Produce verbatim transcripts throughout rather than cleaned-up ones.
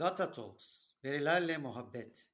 Data Talks, verilerle muhabbet.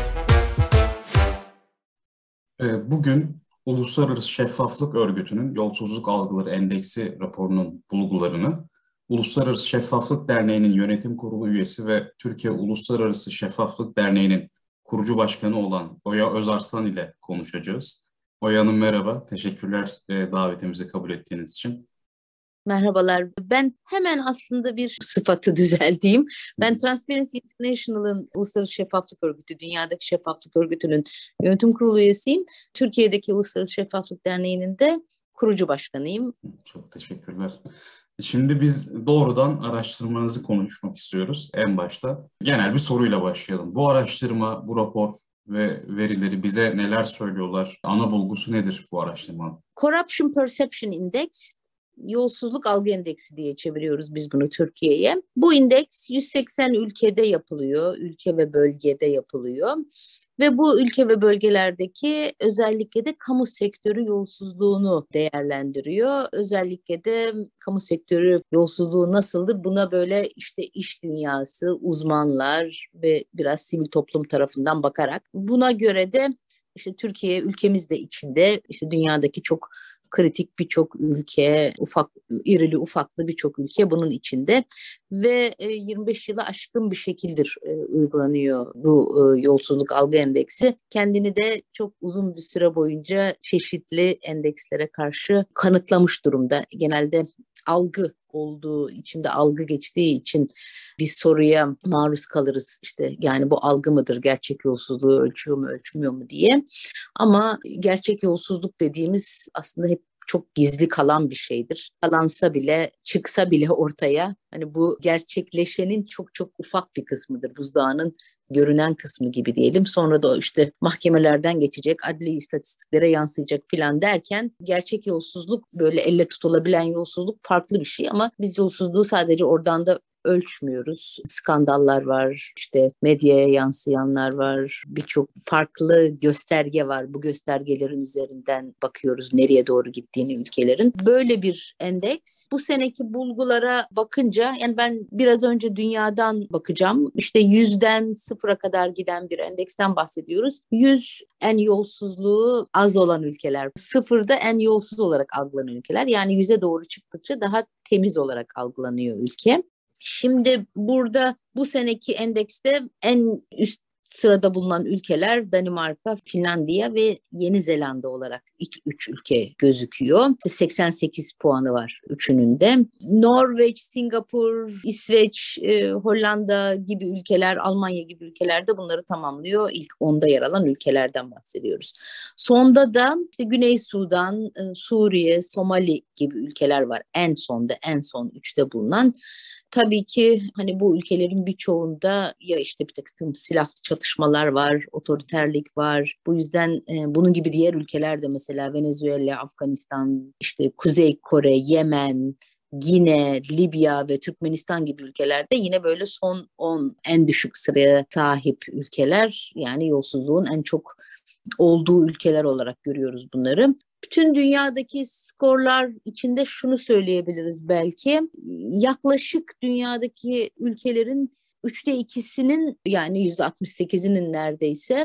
Bugün Uluslararası Şeffaflık Örgütü'nün Yolsuzluk Algıları Endeksi raporunun bulgularını, Uluslararası Şeffaflık Derneği'nin yönetim kurulu üyesi ve Türkiye Uluslararası Şeffaflık Derneği'nin kurucu başkanı olan Oya Özarslan ile konuşacağız. Oya Hanım merhaba, teşekkürler davetimizi kabul ettiğiniz için. Merhabalar. Ben hemen aslında bir sıfatı düzelteyim. Ben Transparency International'ın Uluslararası Şeffaflık Örgütü, dünyadaki şeffaflık örgütünün yönetim kurulu üyesiyim. Türkiye'deki Uluslararası Şeffaflık Derneği'nin de kurucu başkanıyım. Çok teşekkürler. Şimdi biz doğrudan araştırmanızı konuşmak istiyoruz en başta. Genel bir soruyla başlayalım. Bu araştırma, bu rapor ve verileri bize neler söylüyorlar? Ana bulgusu nedir bu araştırmanın? Corruption Perception Index, Yolsuzluk Algı Endeksi diye çeviriyoruz biz bunu Türkiye'ye. Bu indeks yüz seksen ülkede yapılıyor, ülke ve bölgede yapılıyor. Ve bu ülke ve bölgelerdeki özellikle de kamu sektörü yolsuzluğunu değerlendiriyor. Özellikle de kamu sektörü yolsuzluğu nasıldır? Buna böyle işte iş dünyası, uzmanlar ve biraz sivil toplum tarafından bakarak. Buna göre de işte Türkiye ülkemiz de içinde işte dünyadaki çok kritik birçok ülke, ufak irili ufaklı birçok ülke bunun içinde ve yirmi beş yılı aşkın bir şekildir uygulanıyor bu yolsuzluk algı endeksi. Kendini de çok uzun bir süre boyunca çeşitli endekslere karşı kanıtlamış durumda. Genelde algı olduğu için de algı geçtiği için bir soruya maruz kalırız işte yani bu algı mıdır, gerçek yolsuzluğu ölçüyor mu ölçmüyor mu diye, ama gerçek yolsuzluk dediğimiz aslında hep çok gizli kalan bir şeydir. Kalansa bile, çıksa bile ortaya hani bu gerçekleşenin çok çok ufak bir kısmıdır. Buzdağının görünen kısmı gibi diyelim. Sonra da işte mahkemelerden geçecek, adli istatistiklere yansıyacak filan derken gerçek yolsuzluk böyle elle tutulabilen yolsuzluk farklı bir şey ama biz yolsuzluğu sadece oradan da ölçmüyoruz. Skandallar var, işte medyaya yansıyanlar var, birçok farklı gösterge var. Bu göstergelerin üzerinden bakıyoruz nereye doğru gittiğini ülkelerin. Böyle bir endeks. Bu seneki bulgulara bakınca yani ben biraz önce dünyadan bakacağım. İşte yüzden sıfıra kadar giden bir endeksten bahsediyoruz. Yüz en yolsuzluğu az olan ülkeler. Sıfırda en yolsuz olarak algılanan ülkeler. Yani yüze doğru çıktıkça daha temiz olarak algılanıyor ülke. Şimdi burada bu seneki endekste en üst sırada bulunan ülkeler Danimarka, Finlandiya ve Yeni Zelanda olarak ilk üç ülke gözüküyor. seksen sekiz puanı var üçünün de. Norveç, Singapur, İsveç, e, Hollanda gibi ülkeler, Almanya gibi ülkeler de bunları tamamlıyor. İlk onda yer alan ülkelerden bahsediyoruz. Sonda da işte Güney Sudan, e, Suriye, Somali gibi ülkeler var. En sonda, en son üçte bulunan. Tabii ki hani bu ülkelerin birçoğunda ya işte bir takım silahlı çatışmalar var, otoriterlik var. Bu yüzden e, bunun gibi diğer ülkelerde mesela Venezuela, Afganistan, işte Kuzey Kore, Yemen, Gine, Libya ve Türkmenistan gibi ülkelerde yine böyle son on en düşük sıraya sahip ülkeler. Yani yolsuzluğun en çok olduğu ülkeler olarak görüyoruz bunları. Bütün dünyadaki skorlar içinde şunu söyleyebiliriz belki. Yaklaşık dünyadaki ülkelerin üçte ikisinin yani yüzde altmış sekizinin neredeyse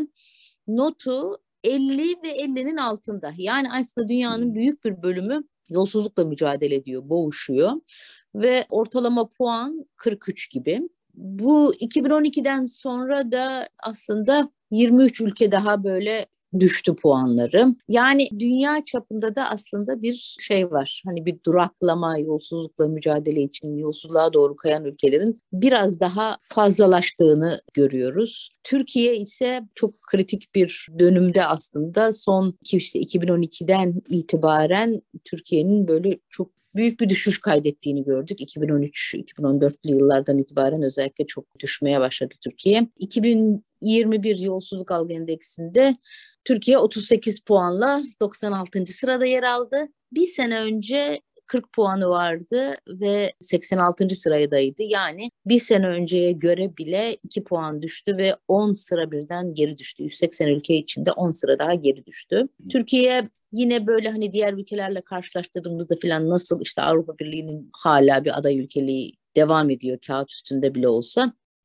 notu elli ve ellinin altında. Yani aslında dünyanın büyük bir bölümü yolsuzlukla mücadele ediyor, boğuşuyor ve ortalama puan kırk üç gibi. Bu iki bin on ikiden sonra da aslında yirmi üç ülke daha böyle düştü puanları. Yani dünya çapında da aslında bir şey var. Hani bir duraklama, yolsuzlukla mücadele için yolsuzluğa doğru kayan ülkelerin biraz daha fazlalaştığını görüyoruz. Türkiye ise çok kritik bir dönümde aslında son işte iki bin on ikiden itibaren Türkiye'nin böyle çok büyük bir düşüş kaydettiğini gördük. iki bin on üç iki bin on dörtlü yıllardan itibaren özellikle çok düşmeye başladı Türkiye. iki bin yirmi bir Yolsuzluk Algı Endeksinde Türkiye otuz sekiz puanla doksan altıncı sırada yer aldı. Bir sene önce kırk puanı vardı ve seksen altıncı sıradaydı. Yani bir sene önceye göre bile iki puan düştü ve on sıra birden geri düştü. yüz seksen ülke içinde on sıra daha geri düştü. Türkiye yine böyle hani diğer ülkelerle karşılaştırdığımızda falan nasıl işte Avrupa Birliği'nin hala bir aday ülkeliği devam ediyor kağıt üstünde bile olsa.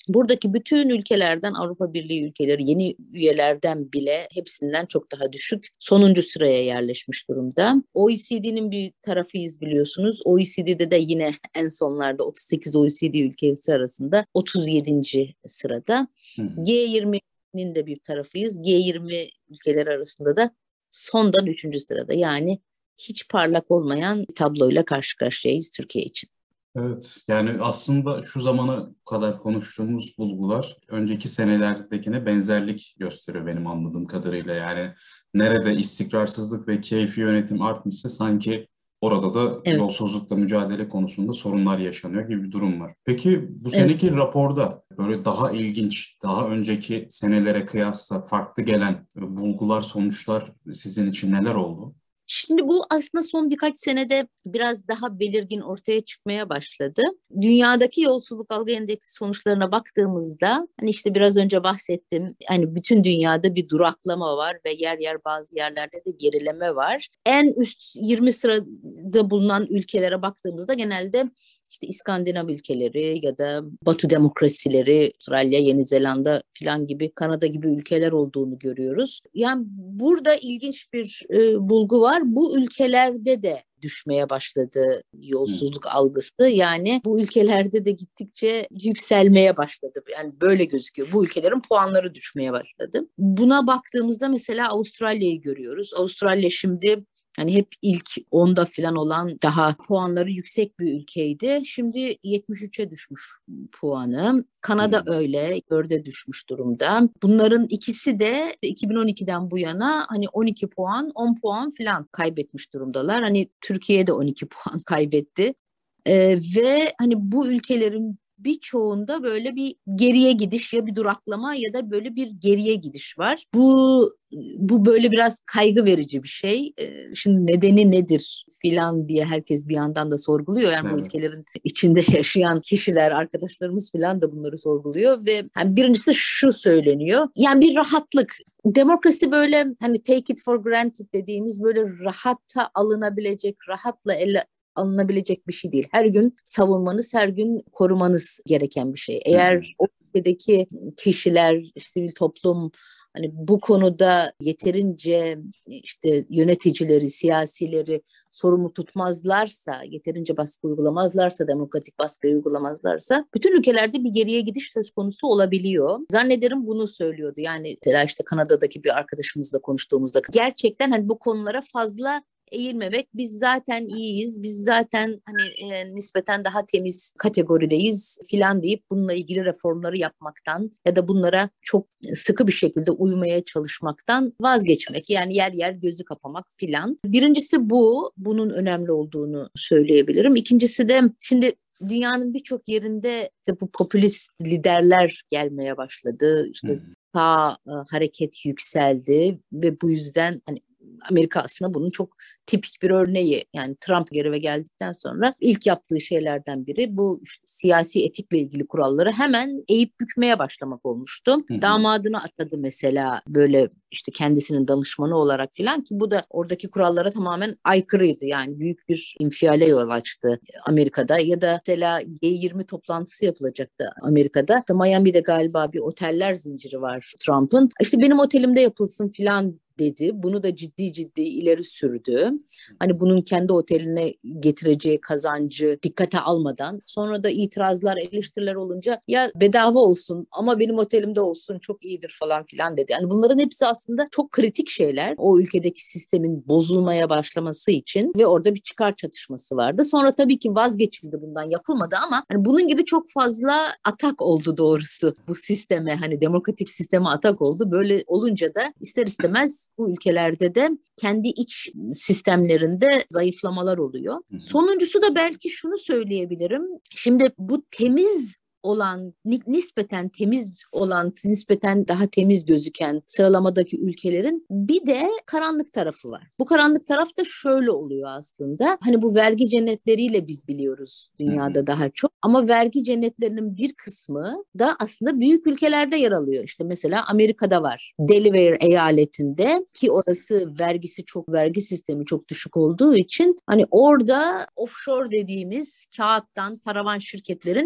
buradaki bütün ülkelerden, Avrupa Birliği ülkeleri, yeni üyelerden bile hepsinden çok daha düşük. Sonuncu sıraya yerleşmiş durumda. O E C D'nin bir tarafıyız biliyorsunuz. O E C D'de de yine en sonlarda otuz sekiz O E C D ülkesi arasında otuz yedinci sırada. Hı hı. G yirminin de bir tarafıyız. G yirmi ülkeler arasında da sondan üçüncü sırada. Yani hiç parlak olmayan bir tabloyla karşı karşıyayız Türkiye için. Evet, yani aslında şu zamana kadar konuştuğumuz bulgular önceki senelerdekine benzerlik gösteriyor benim anladığım kadarıyla. Yani nerede istikrarsızlık ve keyfi yönetim artmışsa sanki orada da evet, yolsuzlukla mücadele konusunda sorunlar yaşanıyor gibi bir durum var. Peki bu seneki evet, raporda böyle daha ilginç, daha önceki senelere kıyasla farklı gelen bulgular, sonuçlar sizin için neler oldu? Şimdi bu aslında son birkaç senede biraz daha belirgin ortaya çıkmaya başladı. Dünyadaki yolsuzluk algı endeksi sonuçlarına baktığımızda hani işte biraz önce bahsettim. Hani bütün dünyada bir duraklama var ve yer yer bazı yerlerde de gerileme var. En üst yirmi sırada bulunan ülkelere baktığımızda genelde İşte İskandinav ülkeleri ya da Batı demokrasileri, Avustralya, Yeni Zelanda falan gibi, Kanada gibi ülkeler olduğunu görüyoruz. Yani burada ilginç bir e, bulgu var. Bu ülkelerde de düşmeye başladı yolsuzluk hmm. algısı. Yani bu ülkelerde de gittikçe yükselmeye başladı. Yani böyle gözüküyor. Bu ülkelerin puanları düşmeye başladı. Buna baktığımızda mesela Avustralya'yı görüyoruz. Avustralya şimdi hani hep ilk onda falan olan daha puanları yüksek bir ülkeydi. Şimdi yetmiş üçe düşmüş puanı. Kanada hmm. öyle dörde düşmüş durumda. Bunların ikisi de iki bin on ikiden bu yana hani on iki puan, on puan falan kaybetmiş durumdalar. Hani Türkiye de on iki puan kaybetti. Ee, ve hani bu ülkelerin birçoğunda böyle bir geriye gidiş, ya bir duraklama ya da böyle bir geriye gidiş var. Bu bu böyle biraz kaygı verici bir şey. Ee, şimdi nedeni nedir filan diye herkes bir yandan da sorguluyor. Yani evet, bu ülkelerin içinde yaşayan kişiler, arkadaşlarımız filan da bunları sorguluyor ve yani birincisi şu söyleniyor. Yani bir rahatlık. Demokrasi böyle hani take it for granted dediğimiz böyle rahata alınabilecek, rahatla ele alınabilecek bir şey değil. Her gün savunmanız, her gün korumanız gereken bir şey. Eğer o ülkedeki kişiler, sivil toplum hani bu konuda yeterince işte yöneticileri, siyasileri sorumlu tutmazlarsa, yeterince baskı uygulamazlarsa, demokratik baskı uygulamazlarsa bütün ülkelerde bir geriye gidiş söz konusu olabiliyor. Zannederim bunu söylüyordu. Yani mesela işte Kanada'daki bir arkadaşımızla konuştuğumuzda gerçekten hani bu konulara fazla eğilmemek, biz zaten iyiyiz, biz zaten hani e, nispeten daha temiz kategorideyiz filan deyip bununla ilgili reformları yapmaktan ya da bunlara çok sıkı bir şekilde uymaya çalışmaktan vazgeçmek. Yani yer yer gözü kapamak filan. Birincisi bu, bunun önemli olduğunu söyleyebilirim. İkincisi de şimdi dünyanın birçok yerinde de bu popülist liderler gelmeye başladı. İşte hmm. sağ e, hareket yükseldi ve bu yüzden hani Amerika aslında bunun çok tipik bir örneği. Yani Trump göreve geldikten sonra ilk yaptığı şeylerden biri bu işte siyasi etikle ilgili kuralları hemen eğip bükmeye başlamak olmuştu. Hı hı. Damadını atadı mesela böyle işte kendisinin danışmanı olarak filan ki bu da oradaki kurallara tamamen aykırıydı. Yani büyük bir infiale yol açtı Amerika'da ya da mesela G yirmi toplantısı yapılacaktı Amerika'da. İşte Miami'de galiba bir oteller zinciri var Trump'ın. İşte benim otelimde yapılsın filan dedi. Bunu da ciddi ciddi ileri sürdü. Hani bunun kendi oteline getireceği kazancı dikkate almadan sonra da itirazlar, eleştiriler olunca ya bedava olsun ama benim otelimde olsun çok iyidir falan filan dedi. Yani bunların hepsi aslında çok kritik şeyler o ülkedeki sistemin bozulmaya başlaması için ve orada bir çıkar çatışması vardı. Sonra tabii ki vazgeçildi, bundan yapılmadı ama hani bunun gibi çok fazla atak oldu doğrusu bu sisteme, hani demokratik sisteme atak oldu. Böyle olunca da ister istemez bu ülkelerde de kendi iç sistemlerinde zayıflamalar oluyor. Hı hı. Sonuncusu da belki şunu söyleyebilirim. Şimdi bu temiz olan, nispeten temiz olan, nispeten daha temiz gözüken sıralamadaki ülkelerin bir de karanlık tarafı var. Bu karanlık taraf da şöyle oluyor aslında. Hani bu vergi cennetleriyle biz biliyoruz dünyada hı hı. daha çok. Ama vergi cennetlerinin bir kısmı da aslında büyük ülkelerde yer alıyor. İşte mesela Amerika'da var. Delaware eyaletinde, ki orası vergisi çok, vergi sistemi çok düşük olduğu için hani orada offshore dediğimiz kağıttan paravan şirketlerin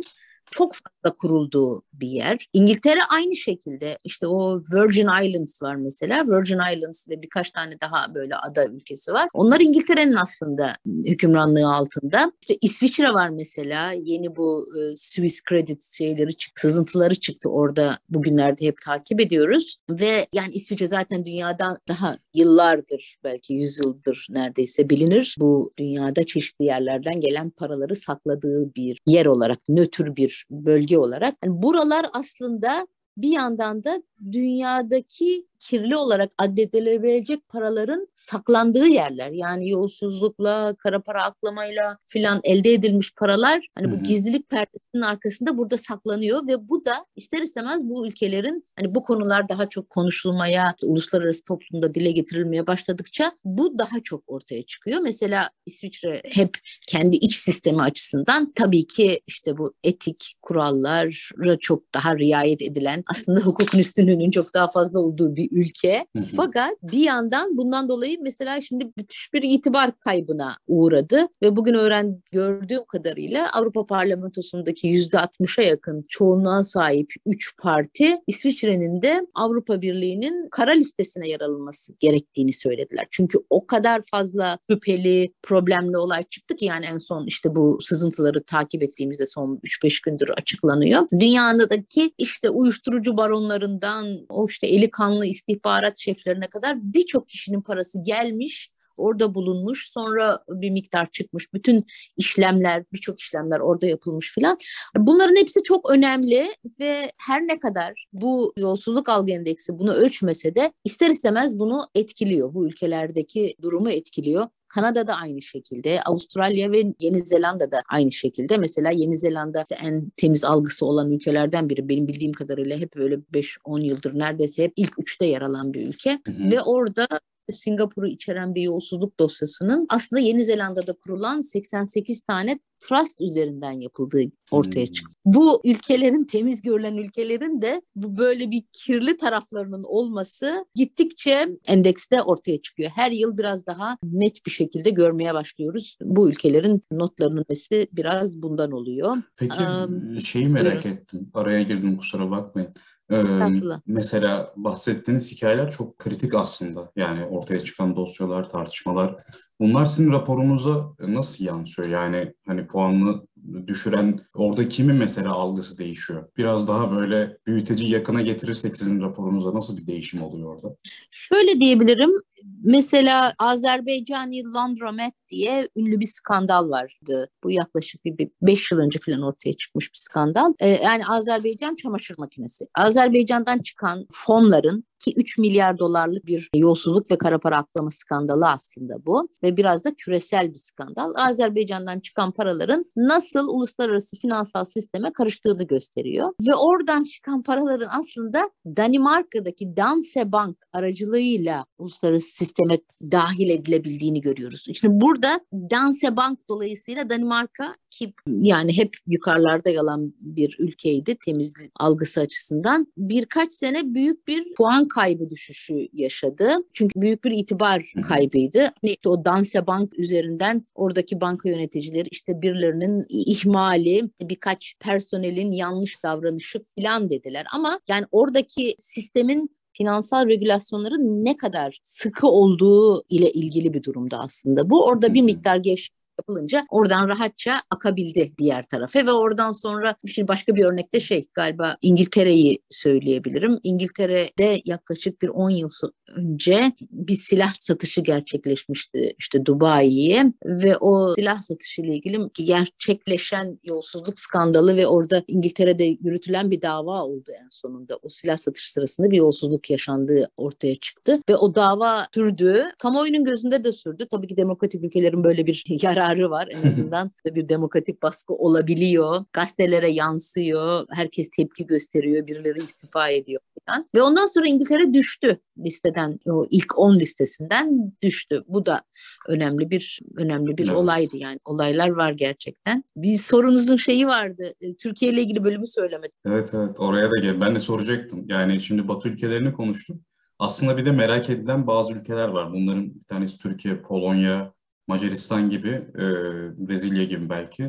çok fazla kurulduğu bir yer. İngiltere aynı şekilde, işte o Virgin Islands var mesela. Virgin Islands ve birkaç tane daha böyle ada ülkesi var. Onlar İngiltere'nin aslında hükümranlığı altında. İşte İsviçre var mesela. Yeni bu e, Swiss Credit şeyleri çıktı, sızıntıları çıktı orada. Bugünlerde hep takip ediyoruz. Ve yani İsviçre zaten dünyadan daha yıllardır, belki yüzyıldır neredeyse bilinir. Bu dünyada çeşitli yerlerden gelen paraları sakladığı bir yer olarak, nötr bir bölge olarak. Yani buralar aslında bir yandan da dünyadaki kirli olarak addedilebilecek paraların saklandığı yerler. Yani yolsuzlukla, kara para aklamayla filan elde edilmiş paralar hani bu gizlilik perdesinin arkasında burada saklanıyor ve bu da ister istemez bu ülkelerin hani bu konular daha çok konuşulmaya, uluslararası toplumda dile getirilmeye başladıkça bu daha çok ortaya çıkıyor. Mesela İsviçre hep kendi iç sistemi açısından tabii ki işte bu etik kurallara çok daha riayet edilen, aslında hukukun üstünlüğünün çok daha fazla olduğu bir ülke. Hı hı. Fakat bir yandan bundan dolayı mesela şimdi müthiş bir itibar kaybına uğradı ve bugün öğren gördüğüm kadarıyla Avrupa Parlamentosu'ndaki yüzde altmışa yakın çoğunluğa sahip üç parti İsviçre'nin de Avrupa Birliği'nin kara listesine yer alınması gerektiğini söylediler. Çünkü o kadar fazla şüpheli, problemli olay çıktı ki yani en son işte bu sızıntıları takip ettiğimizde son üç beş gündür açıklanıyor. Dünyadaki işte uyuşturucu baronlarından o işte eli kanlı istihbarat şeflerine kadar birçok kişinin parası gelmiş, orada bulunmuş, sonra bir miktar çıkmış. Bütün işlemler, birçok işlemler orada yapılmış filan. Bunların hepsi çok önemli ve her ne kadar bu yolsuzluk algı endeksi bunu ölçmese de ister istemez bunu etkiliyor. Bu ülkelerdeki durumu etkiliyor. Kanada'da aynı şekilde, Avustralya ve Yeni Zelanda'da aynı şekilde. Mesela Yeni Zelanda en temiz algısı olan ülkelerden biri. Benim bildiğim kadarıyla hep böyle beş on yıldır neredeyse hep ilk üçte yer alan bir ülke. Hı hı. Ve orada Singapur'u içeren bir yolsuzluk dosyasının aslında Yeni Zelanda'da kurulan seksen sekiz tane trust üzerinden yapıldığı ortaya çıktı. Hmm. Bu ülkelerin, temiz görülen ülkelerin de bu böyle bir kirli taraflarının olması gittikçe endekste ortaya çıkıyor. Her yıl biraz daha net bir şekilde görmeye başlıyoruz. Bu ülkelerin notlarının nesi biraz bundan oluyor. Peki ee, şeyi merak buyurun. ettim. Araya girdim, kusura bakmayın. Ee, mesela bahsettiğiniz hikayeler çok kritik aslında. Yani ortaya çıkan dosyalar, tartışmalar. Bunlar sizin raporunuza nasıl yansıyor? Yani hani puanını düşüren, orada kimin mesela algısı değişiyor? Biraz daha böyle büyüteci yakına getirirsek sizin raporunuza nasıl bir değişim oluyor orada? Şöyle diyebilirim. Mesela Azerbaycani Laundromat diye ünlü bir skandal vardı. Bu yaklaşık bir beş yıl önce falan ortaya çıkmış bir skandal. Ee, yani Azerbaycan çamaşır makinesi. Azerbaycan'dan çıkan fonların ki üç milyar dolarlık bir yolsuzluk ve kara para aklama skandalı aslında bu. Ve biraz da küresel bir skandal. Azerbaycan'dan çıkan paraların nasıl uluslararası finansal sisteme karıştığını gösteriyor. Ve oradan çıkan paraların aslında Danimarka'daki Danske Bank aracılığıyla uluslararası sisteme dahil edilebildiğini görüyoruz. Şimdi burada Danske Bank dolayısıyla Danimarka ki yani hep yukarılarda yalan bir ülkeydi temizlik algısı açısından. Birkaç sene büyük bir puan kaybı düşüşü yaşadı. Çünkü büyük bir itibar kaybıydı. Hani işte o Danske Bank üzerinden oradaki banka yöneticileri işte birilerinin ihmali, birkaç personelin yanlış davranışı falan dediler. Ama yani oradaki sistemin finansal regülasyonların ne kadar sıkı olduğu ile ilgili bir durumda aslında. Bu orada bir miktar gevşek yapılınca oradan rahatça akabildi diğer tarafa ve oradan sonra şimdi başka bir örnekte şey galiba İngiltere'yi söyleyebilirim. İngiltere'de yaklaşık bir on yıl önce bir silah satışı gerçekleşmişti işte Dubai'ye ve o silah satışı ile ilgili gerçekleşen yolsuzluk skandalı ve orada İngiltere'de yürütülen bir dava oldu en sonunda. O silah satışı sırasında bir yolsuzluk yaşandığı ortaya çıktı ve o dava sürdü. Kamuoyunun gözünde de sürdü. Tabii ki demokratik ülkelerin böyle bir yararı var. En azından bir demokratik baskı olabiliyor. Gazetelere yansıyor. Herkes tepki gösteriyor. Birileri istifa ediyor falan. Ve ondan sonra İngiltere düştü listeden. O ilk on listesinden düştü. Bu da önemli bir önemli bir evet. olaydı yani. Olaylar var gerçekten. Bir sorunuzun şeyi vardı. Türkiye ile ilgili bölümü söylemedim. Evet evet oraya da gel. Ben de soracaktım. Yani şimdi Batı ülkelerini konuştuk. Aslında bir de merak edilen bazı ülkeler var. Bunların bir tanesi Türkiye, Polonya, Macaristan gibi, e, Brezilya gibi belki.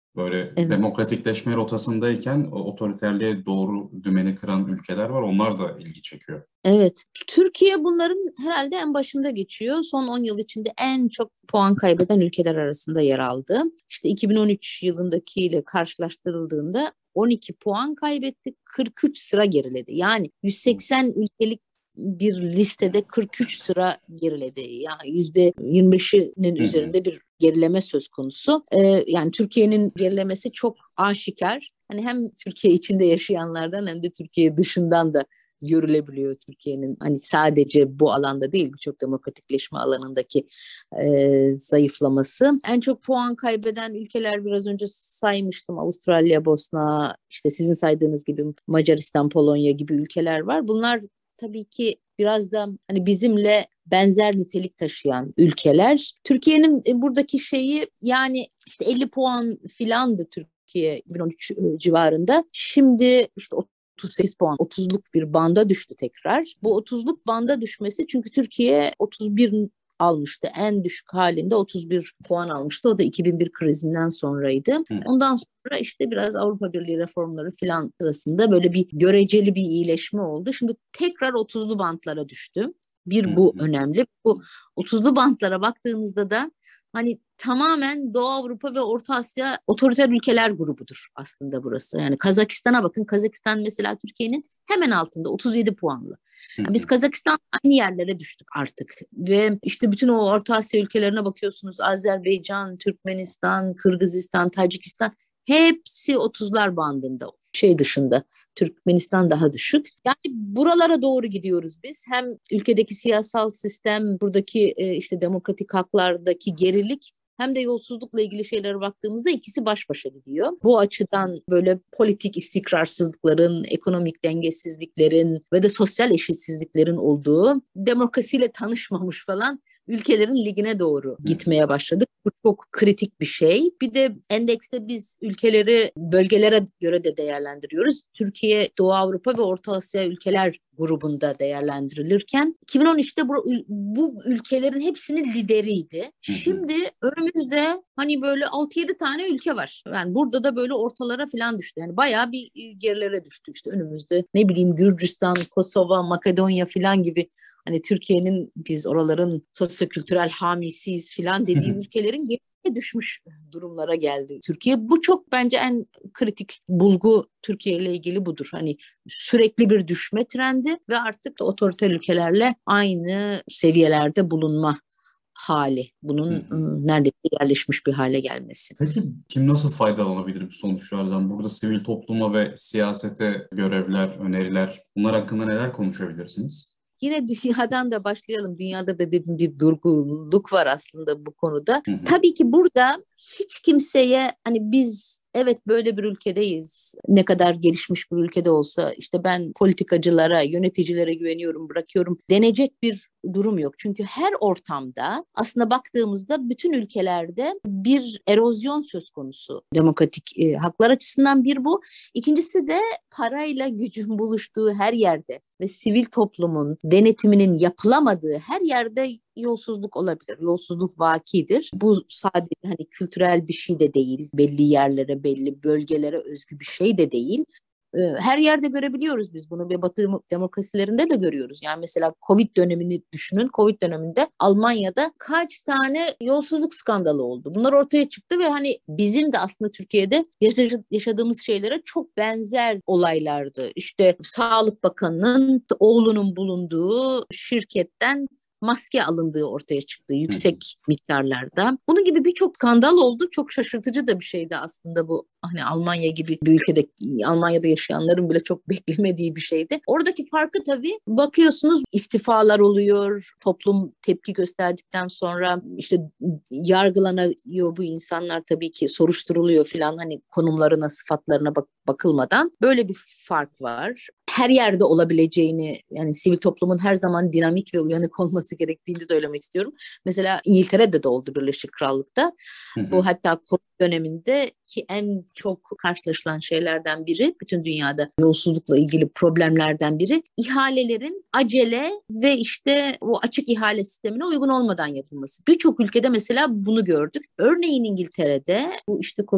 Böyle Evet. demokratikleşme rotasındayken o otoriterliğe doğru dümeni kıran ülkeler var. Onlar da ilgi çekiyor. Evet. Türkiye bunların herhalde en başında geçiyor. Son on yıl içinde en çok puan kaybeden ülkeler arasında yer aldı. İşte iki bin on üç yılındakiyle karşılaştırıldığında on iki puan kaybetti, kırk üç sıra geriledi. Yani yüz seksen ülkelik bir listede kırk üç sıra geriledi. Yani yüzde yirmi beşinin üzerinde bir gerileme söz konusu. Ee, yani Türkiye'nin gerilemesi çok aşikar. Hani hem Türkiye içinde yaşayanlardan hem de Türkiye dışından da görülebiliyor Türkiye'nin hani sadece bu alanda değil birçok demokratikleşme alanındaki e, zayıflaması. En çok puan kaybeden ülkeler biraz önce saymıştım. Avustralya, Bosna, işte sizin saydığınız gibi Macaristan, Polonya gibi ülkeler var. Bunlar tabii ki biraz da hani bizimle benzer nitelik taşıyan ülkeler. Türkiye'nin e, buradaki şeyi yani işte elli puan filandı Türkiye iki bin on üç civarında. Şimdi işte otuz sekiz puan, otuzluk bir banda düştü tekrar. Bu otuzluk banda düşmesi çünkü Türkiye otuz bir almıştı. En düşük halinde otuz bir puan almıştı. O da iki bin bir krizinden sonraydı. Ondan sonra işte biraz Avrupa Birliği reformları filan sırasında böyle bir göreceli bir iyileşme oldu. Şimdi tekrar otuzlu bantlara düştü. Bir bu önemli. Bu otuzlu bantlara baktığınızda da hani tamamen Doğu Avrupa ve Orta Asya otoriter ülkeler grubudur aslında burası. Yani Kazakistan'a bakın. Kazakistan mesela Türkiye'nin hemen altında otuz yedi puanlı. Yani biz Kazakistan aynı yerlere düştük artık. Ve işte bütün o Orta Asya ülkelerine bakıyorsunuz. Azerbaycan, Türkmenistan, Kırgızistan, Tacikistan hepsi otuzlar bandında. Şey dışında Türkmenistan daha düşük. Yani buralara doğru gidiyoruz biz. Hem ülkedeki siyasal sistem, buradaki e, işte demokratik haklardaki gerilik hem de yolsuzlukla ilgili şeylere baktığımızda ikisi baş başa gidiyor. Bu açıdan böyle politik istikrarsızlıkların, ekonomik dengesizliklerin ve de sosyal eşitsizliklerin olduğu, demokrasiyle tanışmamış falan ülkelerin ligine doğru gitmeye başladık. Bu çok kritik bir şey. Bir de endekste biz ülkeleri bölgelere göre de değerlendiriyoruz. Türkiye, Doğu Avrupa ve Orta Asya ülkeler grubunda değerlendirilirken iki bin on üçte bu, bu ülkelerin hepsinin lideriydi. Şimdi önümüzde hani böyle altı yedi tane ülke var. Yani burada da böyle ortalara falan düştü. Yani bayağı bir gerilere düştü işte önümüzde. Ne bileyim Gürcistan, Kosova, Makedonya falan gibi hani Türkiye'nin biz oraların sosyokültürel hamisiyiz falan dediği ülkelerin geriye düşmüş durumlara geldi. Türkiye bu çok bence en kritik bulgu Türkiye ile ilgili budur. Hani sürekli bir düşme trendi ve artık otoriter ülkelerle aynı seviyelerde bulunma hali. Bunun hı hı. neredeyse yerleşmiş bir hale gelmesi. Peki kim nasıl faydalanabilir bu sonuçlardan? Burada sivil topluma ve siyasete görevler, öneriler bunlar hakkında neler konuşabilirsiniz? Yine dünyadan da başlayalım. Dünyada da dedim bir durgunluk var aslında bu konuda. Hı hı. Tabii ki burada hiç kimseye hani biz evet böyle bir ülkedeyiz. Ne kadar gelişmiş bir ülkede olsa işte ben politikacılara, yöneticilere güveniyorum, bırakıyorum denecek bir durum yok. Çünkü her ortamda aslında baktığımızda bütün ülkelerde bir erozyon söz konusu. Demokratik e, haklar açısından bir bu. İkincisi de parayla gücün buluştuğu her yerde ve sivil toplumun denetiminin yapılamadığı her yerde yolsuzluk olabilir. Yolsuzluk vakidir. Bu sadece hani kültürel bir şey de değil. Belli yerlere, belli bölgelere özgü bir şey de değil. Her yerde görebiliyoruz biz bunu ve Batı demokrasilerinde de görüyoruz. Yani mesela Covid dönemini düşünün. Covid döneminde Almanya'da kaç tane yolsuzluk skandalı oldu. Bunlar ortaya çıktı ve hani bizim de aslında Türkiye'de yaşadığımız şeylere çok benzer olaylardı. İşte Sağlık Bakanı'nın oğlunun bulunduğu şirketten maske alındığı ortaya çıktı yüksek miktarlarda. Bunun gibi birçok skandal oldu. Çok şaşırtıcı da bir şeydi aslında bu. Hani Almanya gibi bir ülkede, Almanya'da yaşayanların bile çok beklemediği bir şeydi. Oradaki farkı tabii bakıyorsunuz istifalar oluyor. Toplum tepki gösterdikten sonra işte yargılanıyor bu insanlar tabii ki soruşturuluyor filan hani konumlarına, sıfatlarına bak bakılmadan. Böyle bir fark var. Her yerde olabileceğini yani sivil toplumun her zaman dinamik ve uyanık olması gerektiğini söylemek istiyorum. Mesela İngiltere'de de oldu Birleşik Krallık'ta. Hı hı. Bu hatta Covid döneminde ki en çok karşılaşılan şeylerden biri bütün dünyada yolsuzlukla ilgili problemlerden biri ihalelerin acele ve işte o açık ihale sistemine uygun olmadan yapılması. Birçok ülkede mesela bunu gördük. Örneğin İngiltere'de bu işte Covid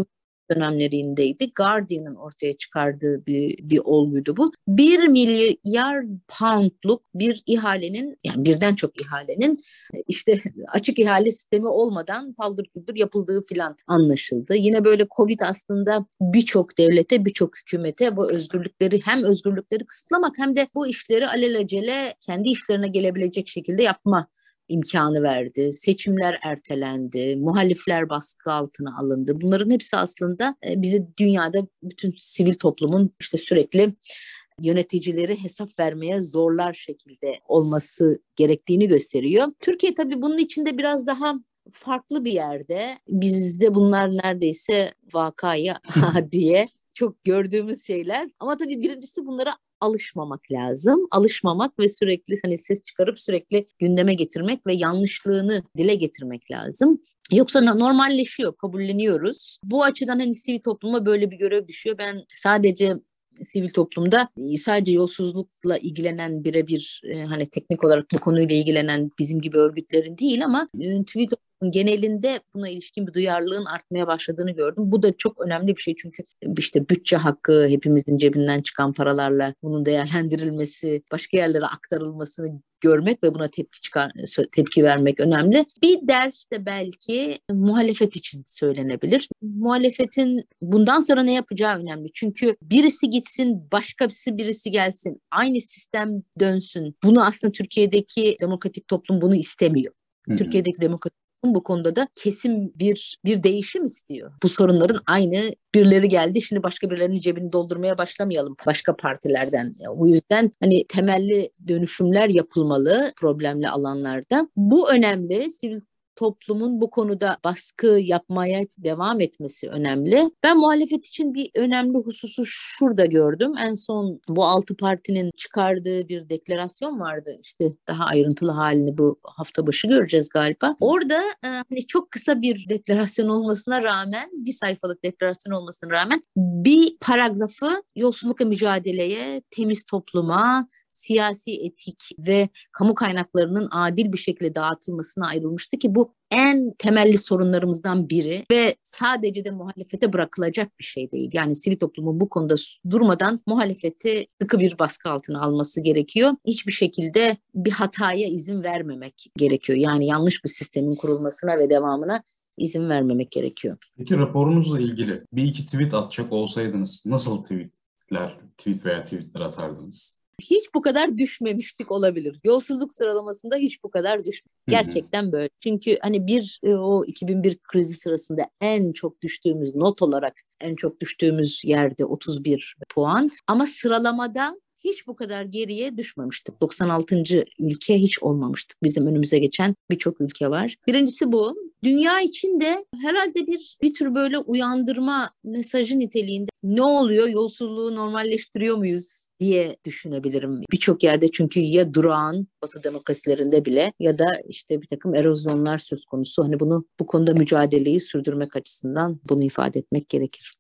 dönemlerindeydi. Guardian'ın ortaya çıkardığı bir, bir olguydu bu. Bir milyar poundluk bir ihalenin, yani birden çok ihalenin işte açık ihale sistemi olmadan paldır küldür yapıldığı filan anlaşıldı. Yine böyle Covid aslında birçok devlete, birçok hükümete bu özgürlükleri, hem özgürlükleri kısıtlamak hem de bu işleri alelacele kendi işlerine gelebilecek şekilde yapma imkanı verdi. Seçimler ertelendi, muhalifler baskı altına alındı. Bunların hepsi aslında bizi dünyada bütün sivil toplumun işte sürekli yöneticileri hesap vermeye zorlar şekilde olması gerektiğini gösteriyor. Türkiye tabii bunun içinde biraz daha farklı bir yerde. Bizde bunlar neredeyse vakaya diye çok gördüğümüz şeyler. Ama tabii birincisi bunlara alışmamak lazım. Alışmamak ve sürekli hani ses çıkarıp sürekli gündeme getirmek ve yanlışlığını dile getirmek lazım. Yoksa normalleşiyor, kabulleniyoruz. Bu açıdan hani sivil topluma böyle bir görev düşüyor. Ben sadece sivil toplumda sadece yolsuzlukla ilgilenen birebir e, hani teknik olarak bu konuyla ilgilenen bizim gibi örgütlerin değil ama e, sivil toplumun genelinde buna ilişkin bir duyarlılığın artmaya başladığını gördüm. Bu da çok önemli bir şey çünkü işte bütçe hakkı, hepimizin cebinden çıkan paralarla bunun değerlendirilmesi, başka yerlere aktarılmasını görmek ve buna tepki çıkar, tepki vermek önemli. Bir ders de belki muhalefet için söylenebilir. Muhalefetin bundan sonra ne yapacağı önemli. Çünkü birisi gitsin, başkası birisi gelsin. Aynı sistem dönsün. Bunu aslında Türkiye'deki demokratik toplum bunu istemiyor. Hı-hı. Türkiye'deki demokratik bu konuda da kesin bir bir değişim istiyor. Bu sorunların aynı birileri geldi. Şimdi başka birilerinin cebini doldurmaya başlamayalım başka partilerden. O yüzden hani temelli dönüşümler yapılmalı problemli alanlarda. Bu önemli. Sivil toplumun bu konuda baskı yapmaya devam etmesi önemli. Ben muhalefet için bir önemli hususu şurada gördüm. En son bu altı partinin çıkardığı bir deklarasyon vardı. İşte daha ayrıntılı halini bu hafta başı göreceğiz galiba. Orada e, hani çok kısa bir deklarasyon olmasına rağmen, bir sayfalık deklarasyon olmasına rağmen bir paragrafı yolsuzlukla mücadeleye, temiz topluma, siyasi etik ve kamu kaynaklarının adil bir şekilde dağıtılmasına ayrılmıştı ki bu en temelli sorunlarımızdan biri ve sadece de muhalefete bırakılacak bir şey değil. Yani sivil toplumun bu konuda durmadan muhalefeti sıkı bir baskı altına alması gerekiyor. Hiçbir şekilde bir hataya izin vermemek gerekiyor. Yani yanlış bir sistemin kurulmasına ve devamına izin vermemek gerekiyor. Peki raporunuzla ilgili bir iki tweet atacak olsaydınız nasıl tweetler, tweet veya tweetler atardınız? Hiç bu kadar düşmemiştik olabilir. Yolsuzluk sıralamasında hiç bu kadar düşmedik. Gerçekten böyle. Çünkü hani bir o iki bin bir krizi sırasında en çok düştüğümüz not olarak en çok düştüğümüz yerde otuz bir puan. Ama sıralamada hiç bu kadar geriye düşmemiştik. doksan altıncı ülke hiç olmamıştık. Bizim önümüze geçen birçok ülke var. Birincisi bu. Dünya için de herhalde bir bir tür böyle uyandırma mesajı niteliğinde ne oluyor, yolsuzluğu normalleştiriyor muyuz diye düşünebilirim. Birçok yerde çünkü ya durağan Batı demokrasilerinde bile ya da işte bir takım erozyonlar söz konusu. Hani bunu bu konuda mücadeleyi sürdürmek açısından bunu ifade etmek gerekir.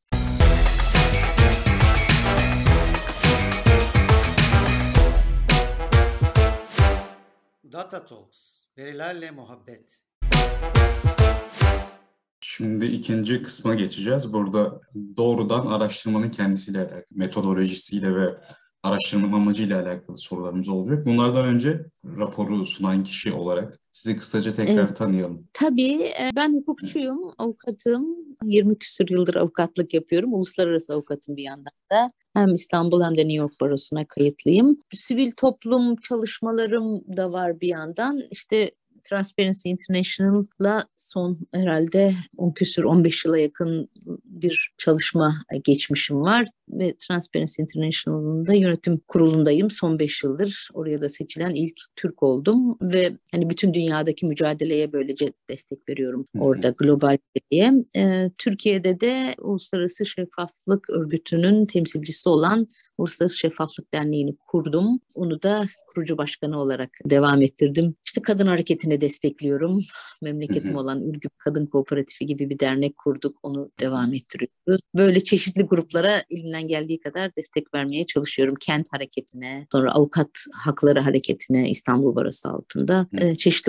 Data Talks, verilerle muhabbet. Şimdi ikinci kısma geçeceğiz. Burada doğrudan araştırmanın kendisiyle alakalı, metodolojisiyle ve araştırmanın amacıyla alakalı sorularımız olacak. Bunlardan önce raporu sunan kişi olarak sizi kısaca tekrar evet. tanıyalım. Tabii ben hukukçuyum, avukatım. yirmi küsur yıldır avukatlık yapıyorum. Uluslararası avukatım bir yandan da. Hem İstanbul hem de New York Barosu'na kayıtlıyım. Sivil toplum çalışmalarım da var bir yandan. İşte Transparency International'la son herhalde on küsur on beş yıla yakın bir çalışma geçmişim var ve Transparency International'ın da yönetim kurulundayım son beş yıldır. Oraya da seçilen ilk Türk oldum ve hani bütün dünyadaki mücadeleye böylece destek veriyorum orada global diye. Ee, Türkiye'de de Uluslararası Şeffaflık Örgütü'nün temsilcisi olan Uluslararası Şeffaflık Derneği'ni kurdum. Onu da kurucu başkanı olarak devam ettirdim. İşte kadın hareketini destekliyorum. Memleketim olan Ürgüp Kadın Kooperatifi gibi bir dernek kurduk. Onu devam ettiriyoruz. Böyle çeşitli gruplara elimden geldiği kadar destek vermeye çalışıyorum. Kent hareketine, sonra avukat hakları hareketine İstanbul Barosu altında e, çeşitli gruplara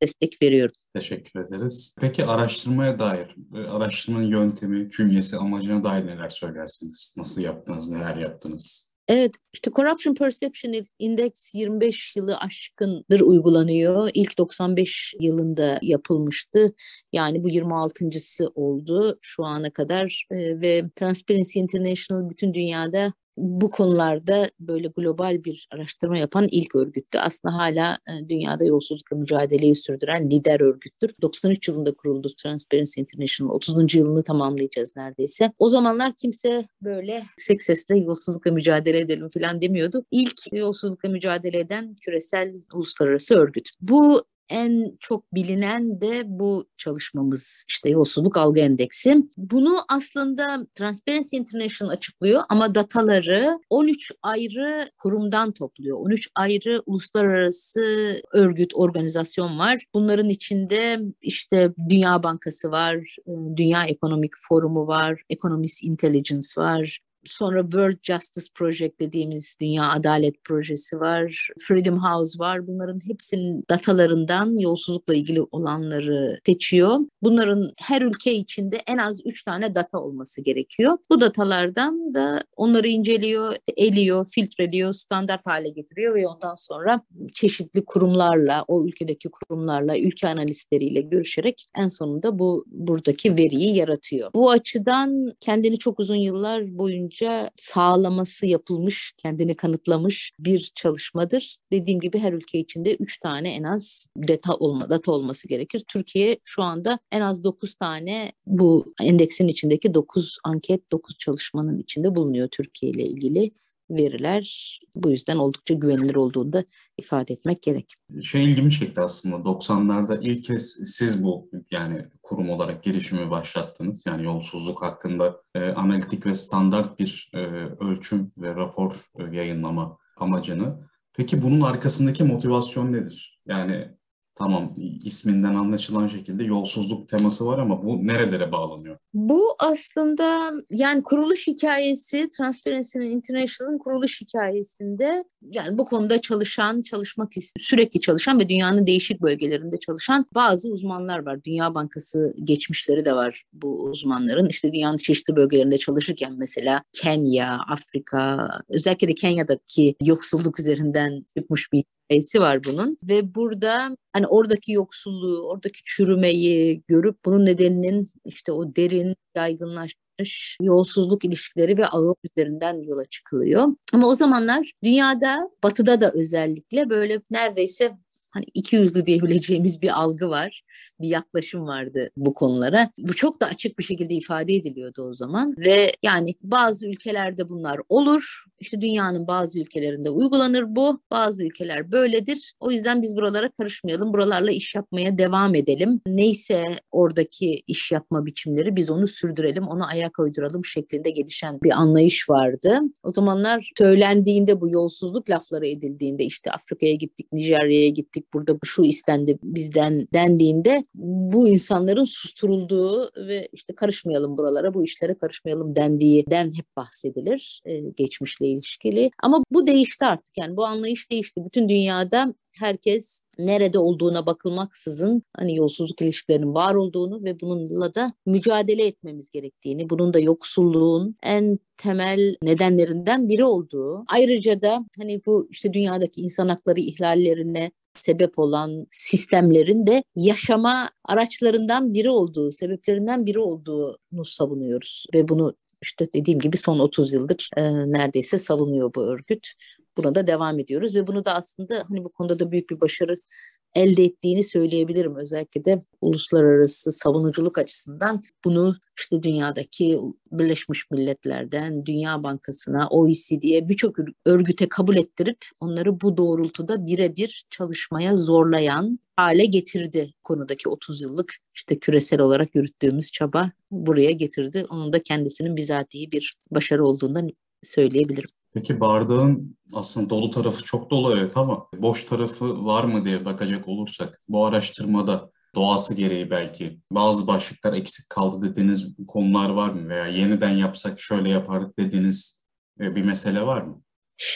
destek veriyorum. Teşekkür ederiz. Peki araştırmaya dair, araştırmanın yöntemi, künyesi, amacına dair neler söylersiniz? Nasıl yaptınız, neler yaptınız? Evet, işte Corruption Perception Index yirmi beş yılı aşkındır uygulanıyor. İlk doksan beş yılında yapılmıştı. Yani bu yirmi altıncısı oldu şu ana kadar ee, ve Transparency International bütün dünyada bu konularda böyle global bir araştırma yapan ilk örgüttü. Aslında hala e, dünyada yolsuzlukla mücadeleyi sürdüren lider örgüttür. doksan üç yılında kuruldu Transparency International. otuzuncu yılını tamamlayacağız neredeyse. O zamanlar kimse böyle yüksek sesle yolsuzlukla mücadele edelim falan demiyordu. İlk yolsuzlukla mücadele eden küresel uluslararası örgüt. Bu en çok bilinen de bu çalışmamız, işte yolsuzluk algı endeksi. Bunu aslında Transparency International açıklıyor ama dataları on üç ayrı kurumdan topluyor. on üç ayrı uluslararası örgüt, organizasyon var. Bunların içinde işte Dünya Bankası var, Dünya Ekonomik Forumu var, Economist Intelligence var. Sonra World Justice Project dediğimiz Dünya Adalet Projesi var. Freedom House var. Bunların hepsinin datalarından yolsuzlukla ilgili olanları seçiyor. Bunların her ülke içinde en az üç tane data olması gerekiyor. Bu datalardan da onları inceliyor, eliyor, filtreliyor, standart hale getiriyor ve ondan sonra çeşitli kurumlarla, o ülkedeki kurumlarla, ülke analistleriyle görüşerek en sonunda bu buradaki veriyi yaratıyor. Bu açıdan kendini çok uzun yıllar boyunca sağlaması yapılmış, kendini kanıtlamış bir çalışmadır. Dediğim gibi her ülke içinde üç tane en az data olma, data olması gerekir. Türkiye şu anda en az dokuz tane bu endeksin içindeki dokuz anket, dokuz çalışmanın içinde bulunuyor Türkiye ile ilgili veriler. Bu yüzden oldukça güvenilir olduğunu da ifade etmek gerek. Şey ilgimi çekti aslında. doksanlarda ilk kez siz bu yani kurum olarak girişimi başlattınız. Yani yolsuzluk hakkında e, analitik ve standart bir e, ölçüm ve rapor e, yayınlama amacını. Peki bunun arkasındaki motivasyon nedir? Yani tamam, isminden anlaşılan şekilde yolsuzluk teması var ama bu nerelere bağlanıyor? Bu aslında yani kuruluş hikayesi, Transparency International'ın kuruluş hikayesinde yani bu konuda çalışan, çalışmak sürekli çalışan ve dünyanın değişik bölgelerinde çalışan bazı uzmanlar var. Dünya Bankası geçmişleri de var bu uzmanların. İşte dünyanın çeşitli bölgelerinde çalışırken mesela Kenya, Afrika, özellikle de Kenya'daki yoksulluk üzerinden çıkmış bir hikayesi var bunun ve burada hani oradaki yoksulluğu, oradaki çürümeyi görüp bunun nedeninin işte o derin, yaygınlaşmış yolsuzluk ilişkileri ve ağı üzerinden yola çıkılıyor. Ama o zamanlar dünyada, batıda da özellikle böyle neredeyse hani iki yüzlü diyebileceğimiz bir algı var, bir yaklaşım vardı bu konulara. Bu çok da açık bir şekilde ifade ediliyordu o zaman ve yani bazı ülkelerde bunlar olur. İşte dünyanın bazı ülkelerinde uygulanır bu. Bazı ülkeler böyledir. O yüzden biz buralara karışmayalım. Buralarla iş yapmaya devam edelim. Neyse oradaki iş yapma biçimleri biz onu sürdürelim, onu ayak uyduralım şeklinde gelişen bir anlayış vardı. O zamanlar söylendiğinde bu yolsuzluk lafları edildiğinde işte Afrika'ya gittik, Nijerya'ya gittik, burada şu istendi bizden dendiğinde bu insanların susturulduğu ve işte karışmayalım buralara, bu işlere karışmayalım dendiğinden hep bahsedilir e, geçmişle ilişkili. Ama bu değişti artık, yani bu anlayış değişti. Bütün dünyada herkes nerede olduğuna bakılmaksızın hani yolsuzluk ilişkilerinin var olduğunu ve bununla da mücadele etmemiz gerektiğini, bunun da yoksulluğun en temel nedenlerinden biri olduğu. Ayrıca da hani bu işte dünyadaki insan hakları ihlallerine sebep olan sistemlerin de yaşama araçlarından biri olduğu, sebeplerinden biri olduğunu savunuyoruz ve bunu işte dediğim gibi son otuz yıldır e, neredeyse savunuyor bu örgüt. Buna da devam ediyoruz ve bunu da aslında hani bu konuda da büyük bir başarı elde ettiğini söyleyebilirim. Özellikle de uluslararası savunuculuk açısından bunu işte dünyadaki Birleşmiş Milletler'den Dünya Bankası'na, O E C D'ye birçok örgüte kabul ettirip onları bu doğrultuda birebir çalışmaya zorlayan hale getirdi. Konudaki otuz yıllık işte küresel olarak yürüttüğümüz çaba buraya getirdi. Onun da kendisinin bizatihi bir başarı olduğundan söyleyebilirim. Peki bardağın aslında dolu tarafı çok dolu, evet, ama boş tarafı var mı diye bakacak olursak bu araştırmada doğası gereği belki bazı başlıklar eksik kaldı dediğiniz konular var mı? Veya yeniden yapsak şöyle yapardık dediğiniz bir mesele var mı? Şimdi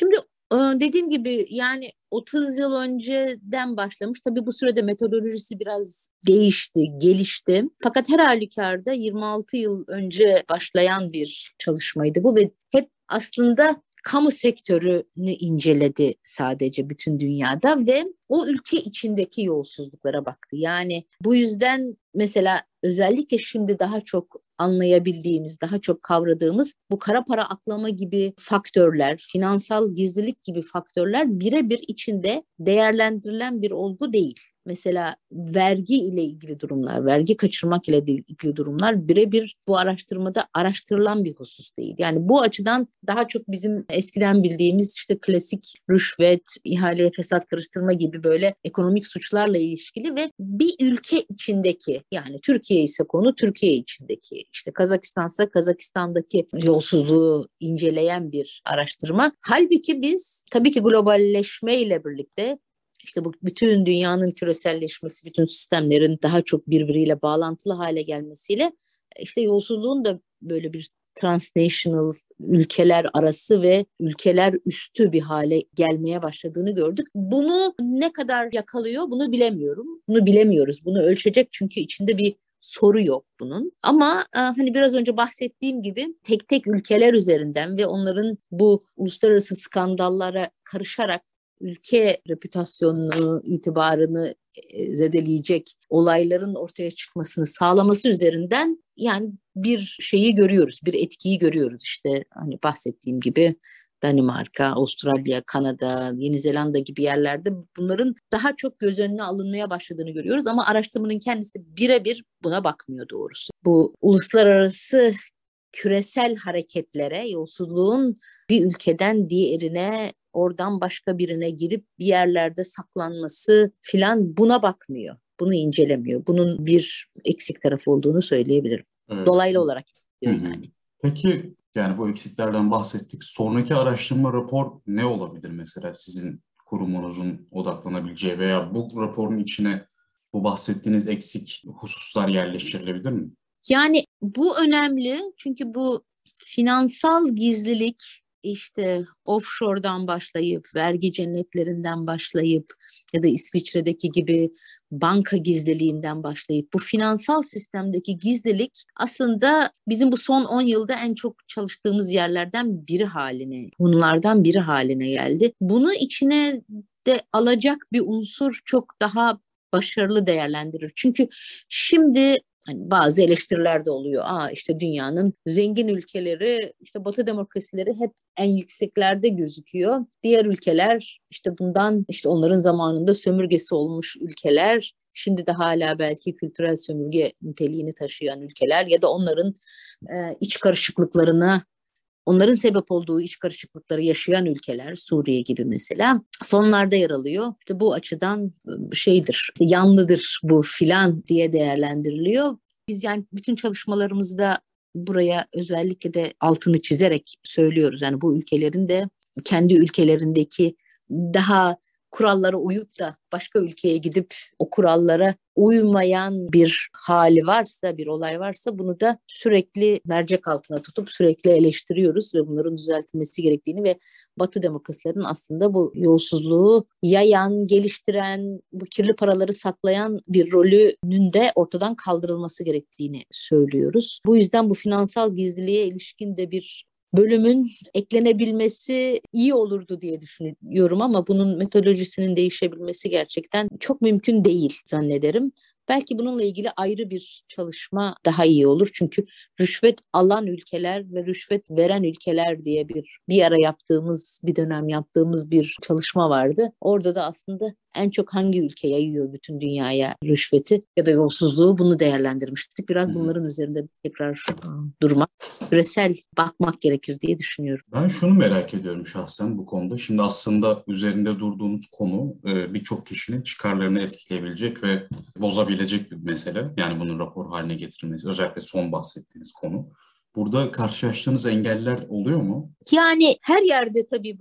Dediğim gibi yani otuz yıl önceden başlamış. Tabii bu sürede metodolojisi biraz değişti, gelişti. Fakat her halükarda yirmi altı yıl önce başlayan bir çalışmaydı bu ve hep aslında kamu sektörünü inceledi sadece bütün dünyada ve o ülke içindeki yolsuzluklara baktı. Yani bu yüzden mesela özellikle şimdi daha çok anlayabildiğimiz, daha çok kavradığımız bu kara para aklama gibi faktörler, finansal gizlilik gibi faktörler birebir içinde değerlendirilen bir olgu değil. Mesela vergi ile ilgili durumlar, vergi kaçırmak ile ilgili durumlar birebir bu araştırmada araştırılan bir husus değil. Yani bu açıdan daha çok bizim eskiden bildiğimiz işte klasik rüşvet, ihaleye fesat karıştırma gibi böyle ekonomik suçlarla ilişkili ve bir ülke içindeki, yani Türkiye ise konu Türkiye içindeki, işte Kazakistan ise Kazakistan'daki yolsuzluğu inceleyen bir araştırma. Halbuki biz tabii ki globalleşme ile birlikte İşte bu bütün dünyanın küreselleşmesi, bütün sistemlerin daha çok birbiriyle bağlantılı hale gelmesiyle işte yolsuzluğun da böyle bir transnational, ülkeler arası ve ülkeler üstü bir hale gelmeye başladığını gördük. Bunu ne kadar yakalıyor bunu bilemiyorum. Bunu bilemiyoruz. Bunu ölçecek çünkü içinde bir soru yok bunun. Ama hani biraz önce bahsettiğim gibi tek tek ülkeler üzerinden ve onların bu uluslararası skandallara karışarak ülke reputasyonunu, itibarını zedeleyecek olayların ortaya çıkmasını sağlaması üzerinden yani bir şeyi görüyoruz, bir etkiyi görüyoruz. İşte hani bahsettiğim gibi Danimarka, Avustralya, Kanada, Yeni Zelanda gibi yerlerde bunların daha çok göz önüne alınmaya başladığını görüyoruz ama araştırmanın kendisi birebir buna bakmıyor doğrusu. Bu uluslararası küresel hareketlere, yolsuzluğun bir ülkeden diğerine, oradan başka birine girip bir yerlerde saklanması filan buna bakmıyor. Bunu incelemiyor. Bunun bir eksik tarafı olduğunu söyleyebilirim. Evet. Dolaylı olarak diyor yani. Peki yani bu eksiklerden bahsettik. Sonraki araştırma rapor ne olabilir mesela sizin kurumunuzun odaklanabileceği veya bu raporun içine bu bahsettiğiniz eksik hususlar yerleştirilebilir mi? Yani bu önemli çünkü bu finansal gizlilik işte offshore'dan başlayıp, vergi cennetlerinden başlayıp ya da İsviçre'deki gibi banka gizliliğinden başlayıp bu finansal sistemdeki gizlilik aslında bizim bu son on yılda en çok çalıştığımız yerlerden biri haline, konulardan biri haline geldi. Bunu içine de alacak bir unsur çok daha başarılı değerlendirir. Çünkü şimdi hani bazı eleştiriler de oluyor. Aa işte dünyanın zengin ülkeleri, işte Batı demokrasileri hep en yükseklerde gözüküyor. Diğer ülkeler işte bundan işte onların zamanında sömürgesi olmuş ülkeler, şimdi de hala belki kültürel sömürge niteliğini taşıyan ülkeler ya da onların e, iç karışıklıklarına Onların sebep olduğu iç karışıklıkları yaşayan ülkeler, Suriye gibi mesela, sonlarda yer alıyor. İşte bu açıdan şeydir, yanlıdır bu filan diye değerlendiriliyor. Biz yani bütün çalışmalarımızda buraya özellikle de altını çizerek söylüyoruz. Yani bu ülkelerin de kendi ülkelerindeki daha kurallara uyup da başka ülkeye gidip o kurallara uymayan bir hali varsa, bir olay varsa bunu da sürekli mercek altına tutup sürekli eleştiriyoruz ve bunların düzeltilmesi gerektiğini ve Batı demokrasilerinin aslında bu yolsuzluğu yayan, geliştiren, bu kirli paraları saklayan bir rolünün de ortadan kaldırılması gerektiğini söylüyoruz. Bu yüzden bu finansal gizliliğe ilişkin de bir bölümün eklenebilmesi iyi olurdu diye düşünüyorum ama bunun metodolojisinin değişebilmesi gerçekten çok mümkün değil zannederim. Belki bununla ilgili ayrı bir çalışma daha iyi olur. Çünkü rüşvet alan ülkeler ve rüşvet veren ülkeler diye bir bir ara yaptığımız, bir dönem yaptığımız bir çalışma vardı. Orada da aslında en çok hangi ülke yayıyor bütün dünyaya rüşveti ya da yolsuzluğu, bunu değerlendirmiştik. Biraz bunların üzerinde tekrar durmak, küresel bakmak gerekir diye düşünüyorum. Ben şunu merak ediyorum şahsen bu konuda. Şimdi aslında üzerinde durduğumuz konu birçok kişinin çıkarlarını etkileyebilecek ve bozabilecek bir mesele. Yani bunun rapor haline getirilmesi, özellikle son bahsettiğiniz konu. Burada karşılaştığınız engeller oluyor mu? Yani her yerde tabii buna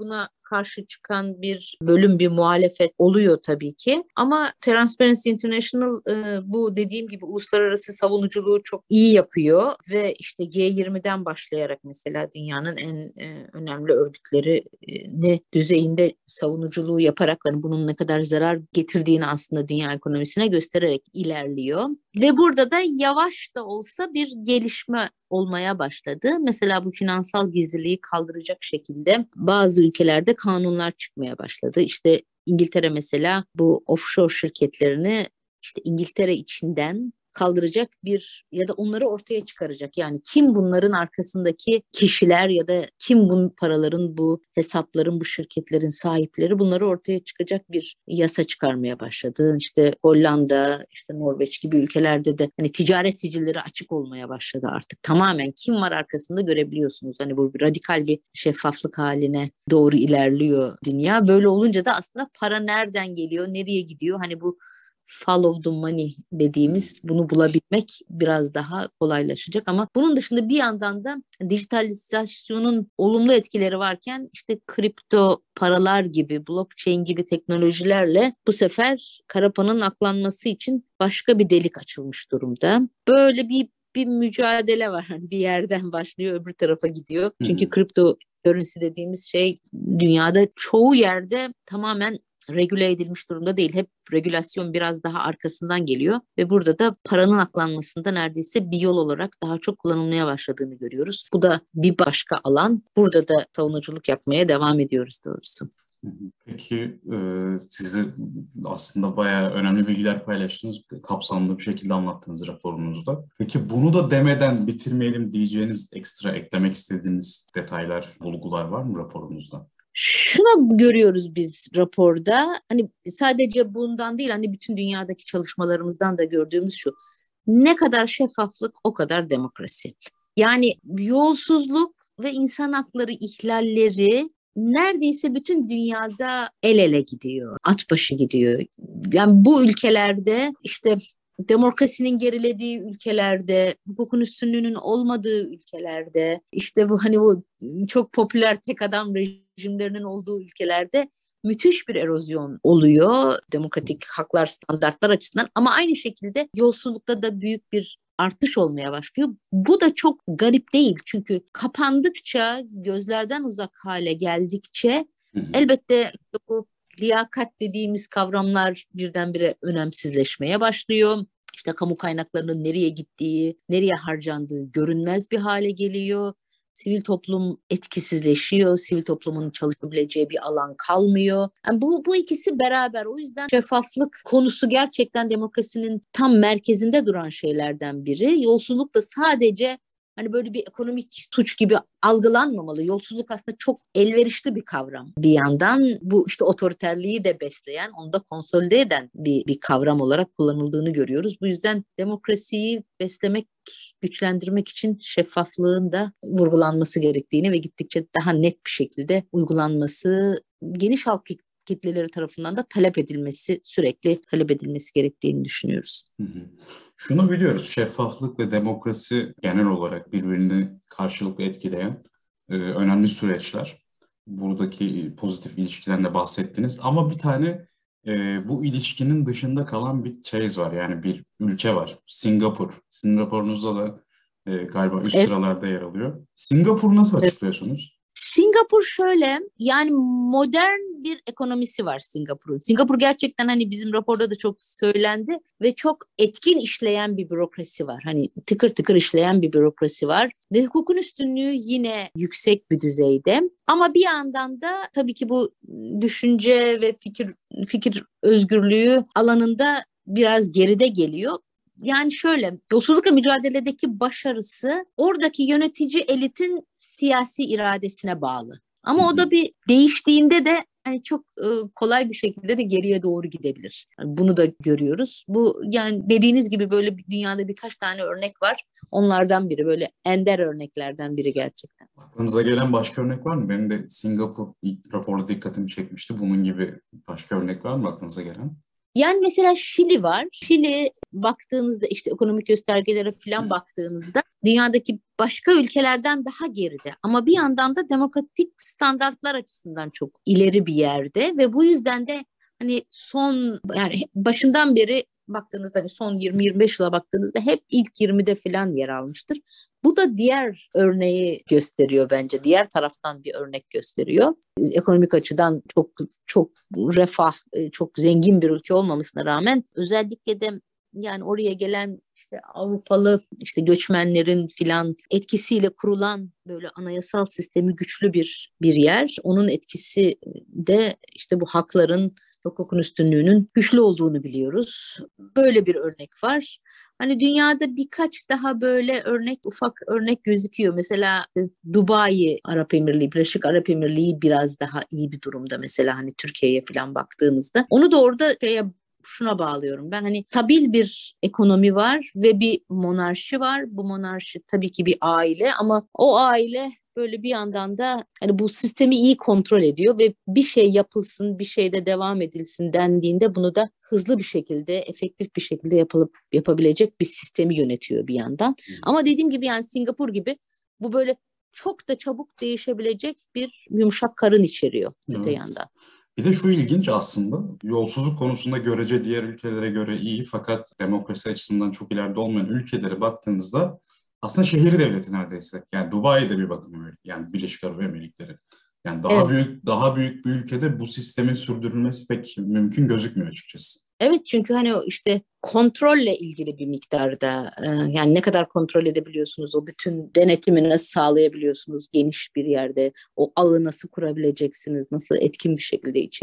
karşı çıkan bir bölüm, bir muhalefet oluyor tabii ki. Ama Transparency International e, bu dediğim gibi uluslararası savunuculuğu çok iyi yapıyor ve işte G yirmiden başlayarak mesela dünyanın en e, önemli örgütlerini düzeyinde savunuculuğu yaparak hani bunun ne kadar zarar getirdiğini aslında dünya ekonomisine göstererek ilerliyor. Ve burada da yavaş da olsa bir gelişme olmaya başladı. Mesela bu finansal gizliliği kaldıracak şekilde bazı ülkelerde kanunlar çıkmaya başladı. İşte İngiltere mesela bu offshore şirketlerini işte İngiltere içinden kaldıracak bir ya da onları ortaya çıkaracak. Yani kim bunların arkasındaki kişiler ya da kim bu paraların, bu hesapların, bu şirketlerin sahipleri, bunları ortaya çıkacak bir yasa çıkarmaya başladı. İşte Hollanda, işte Norveç gibi ülkelerde de hani ticaret sicilleri açık olmaya başladı artık. Tamamen kim var arkasında görebiliyorsunuz. Hani bu bir radikal bir şeffaflık haline doğru ilerliyor dünya. Böyle olunca da aslında para nereden geliyor, nereye gidiyor? Hani bu follow the money dediğimiz bunu bulabilmek biraz daha kolaylaşacak ama bunun dışında bir yandan da dijitalizasyonun olumlu etkileri varken işte kripto paralar gibi, blockchain gibi teknolojilerle bu sefer kara paranın aklanması için başka bir delik açılmış durumda. Böyle bir bir mücadele var. Hani bir yerden başlıyor, öbür tarafa gidiyor. Çünkü kripto currency dediğimiz şey dünyada çoğu yerde tamamen regüle edilmiş durumda değil. Hep regülasyon biraz daha arkasından geliyor ve burada da paranın aklanmasında neredeyse bir yol olarak daha çok kullanılmaya başladığını görüyoruz. Bu da bir başka alan. Burada da savunuculuk yapmaya devam ediyoruz doğrusu. Peki e, sizi aslında bayağı önemli bilgiler paylaştınız. Kapsamlı bir şekilde anlattınız raporunuzda. Peki bunu da demeden bitirmeyelim diyeceğiniz, ekstra eklemek istediğiniz detaylar, bulgular var mı raporunuzda? Şuna görüyoruz biz raporda, hani sadece bundan değil, hani bütün dünyadaki çalışmalarımızdan da gördüğümüz şu: ne kadar şeffaflık o kadar demokrasi. Yani yolsuzluk ve insan hakları ihlalleri neredeyse bütün dünyada el ele gidiyor, at başı gidiyor. Yani bu ülkelerde işte demokrasinin gerilediği ülkelerde, hukukun üstünlüğünün olmadığı ülkelerde, işte bu hani bu çok popüler tek adam rejimlerinin olduğu ülkelerde müthiş bir erozyon oluyor demokratik haklar, standartlar açısından, ama aynı şekilde yolsuzlukta da büyük bir artış olmaya başlıyor. Bu da çok garip değil, çünkü kapandıkça, gözlerden uzak hale geldikçe elbette bu liyakat dediğimiz kavramlar birdenbire önemsizleşmeye başlıyor. İşte kamu kaynaklarının nereye gittiği, nereye harcandığı görünmez bir hale geliyor. Sivil toplum etkisizleşiyor, sivil toplumun çalışabileceği bir alan kalmıyor. Yani bu, bu ikisi beraber, o yüzden şeffaflık konusu gerçekten demokrasinin tam merkezinde duran şeylerden biri. Yolsuzluk da sadece hani böyle bir ekonomik suç gibi algılanmamalı. Yolsuzluk aslında çok elverişli bir kavram. Bir yandan bu işte otoriterliği de besleyen, onu da konsolide eden bir, bir kavram olarak kullanıldığını görüyoruz. Bu yüzden demokrasiyi beslemek, güçlendirmek için şeffaflığın da vurgulanması gerektiğini ve gittikçe daha net bir şekilde uygulanması, geniş halk kitleleri tarafından da talep edilmesi, sürekli talep edilmesi gerektiğini düşünüyoruz. Hı hı. Şunu biliyoruz, şeffaflık ve demokrasi genel olarak birbirini karşılıklı etkileyen e, önemli süreçler. Buradaki pozitif ilişkiden de bahsettiniz. Ama bir tane e, bu ilişkinin dışında kalan bir case var. Yani bir ülke var. Singapur. Sizin raporunuzda da e, galiba üst Evet. sıralarda yer alıyor. Singapur'u nasıl açıklıyorsunuz? Singapur şöyle, yani modern bir ekonomisi var Singapur'un. Singapur gerçekten hani bizim raporda da çok söylendi ve çok etkin işleyen bir bürokrasi var. Hani tıkır tıkır işleyen bir bürokrasi var ve hukukun üstünlüğü yine yüksek bir düzeyde. Ama bir yandan da tabii ki bu düşünce ve fikir fikir özgürlüğü alanında biraz geride geliyor. Yani şöyle, yolsuzlukla mücadeledeki başarısı oradaki yönetici elitin siyasi iradesine bağlı. Ama o da bir değiştiğinde de hani çok e, kolay bir şekilde de geriye doğru gidebilir. Yani bunu da görüyoruz. Bu, yani dediğiniz gibi böyle bir, dünyada birkaç tane örnek var. Onlardan biri, böyle ender örneklerden biri gerçekten. Aklınıza gelen başka örnek var mı? Benim de Singapur raporla dikkatimi çekmişti. Bunun gibi başka örnek var mı aklınıza gelen? Yani mesela Şili var. Şili baktığınızda işte ekonomik göstergelere falan baktığınızda dünyadaki başka ülkelerden daha geride. Ama bir yandan da demokratik standartlar açısından çok ileri bir yerde ve bu yüzden de hani son yani başından beri baktığınızda hani son yirmi yirmi beş yıla baktığınızda hep ilk yirmide falan yer almıştır. Bu da diğer örneği gösteriyor bence. Diğer taraftan bir örnek gösteriyor. Ekonomik açıdan çok çok refah, çok zengin bir ülke olmamasına rağmen özellikle de yani oraya gelen işte Avrupalı işte göçmenlerin filan etkisiyle kurulan böyle anayasal sistemi güçlü bir bir yer. Onun etkisi de işte bu hakların, hukukun üstünlüğünün güçlü olduğunu biliyoruz. Böyle bir örnek var. Hani dünyada birkaç daha böyle örnek, ufak örnek gözüküyor. Mesela Dubai Arap Emirliği, Birleşik Arap Emirliği biraz daha iyi bir durumda. Mesela hani Türkiye'ye falan baktığınızda. Onu da orada şeye, şuna bağlıyorum. Ben hani stabil bir ekonomi var ve bir monarşi var. Bu monarşi tabii ki bir aile ama o aile böyle bir yandan da hani bu sistemi iyi kontrol ediyor ve bir şey yapılsın, bir şeyde devam edilsin dendiğinde bunu da hızlı bir şekilde, efektif bir şekilde yapılıp yapabilecek bir sistemi yönetiyor bir yandan. Ama dediğim gibi yani Singapur gibi bu böyle çok da çabuk değişebilecek bir yumuşak karın içeriyor öte Evet. yandan. Bir de şu ilginç aslında, yolsuzluk konusunda görece diğer ülkelere göre iyi fakat demokrasi açısından çok ileride olmayan ülkelere baktığınızda aslında şehir devleti neredeyse. Yani Dubai'de bir bakın öyle. Yani Birleşik Arap Emirlikleri. Yani daha Evet. büyük daha büyük bir ülkede bu sistemin sürdürülmesi pek mümkün gözükmüyor açıkçası. Evet çünkü hani işte kontrolle ilgili bir miktarda yani ne kadar kontrol edebiliyorsunuz, o bütün denetimi nasıl sağlayabiliyorsunuz geniş bir yerde, o ağı nasıl kurabileceksiniz, nasıl etkin bir şekilde içi,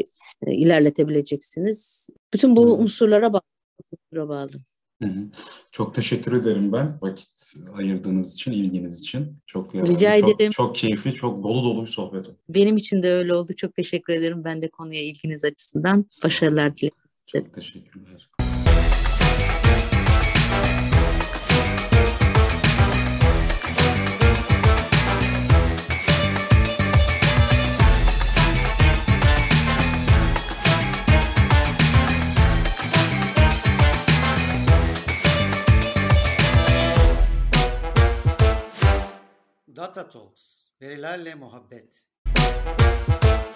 ilerletebileceksiniz. Bütün bu unsurlara bağlı. bağlı. Hı hı. Çok teşekkür ederim ben vakit ayırdığınız için, ilginiz için. Çok yararlı, Rica çok, ederim. çok keyifli, çok dolu dolu bir sohbet oldu. Benim için de öyle oldu. Çok teşekkür ederim. Ben de konuya ilginiz açısından başarılar dilerim. Çok teşekkürler. Data Talks, verilerle muhabbet.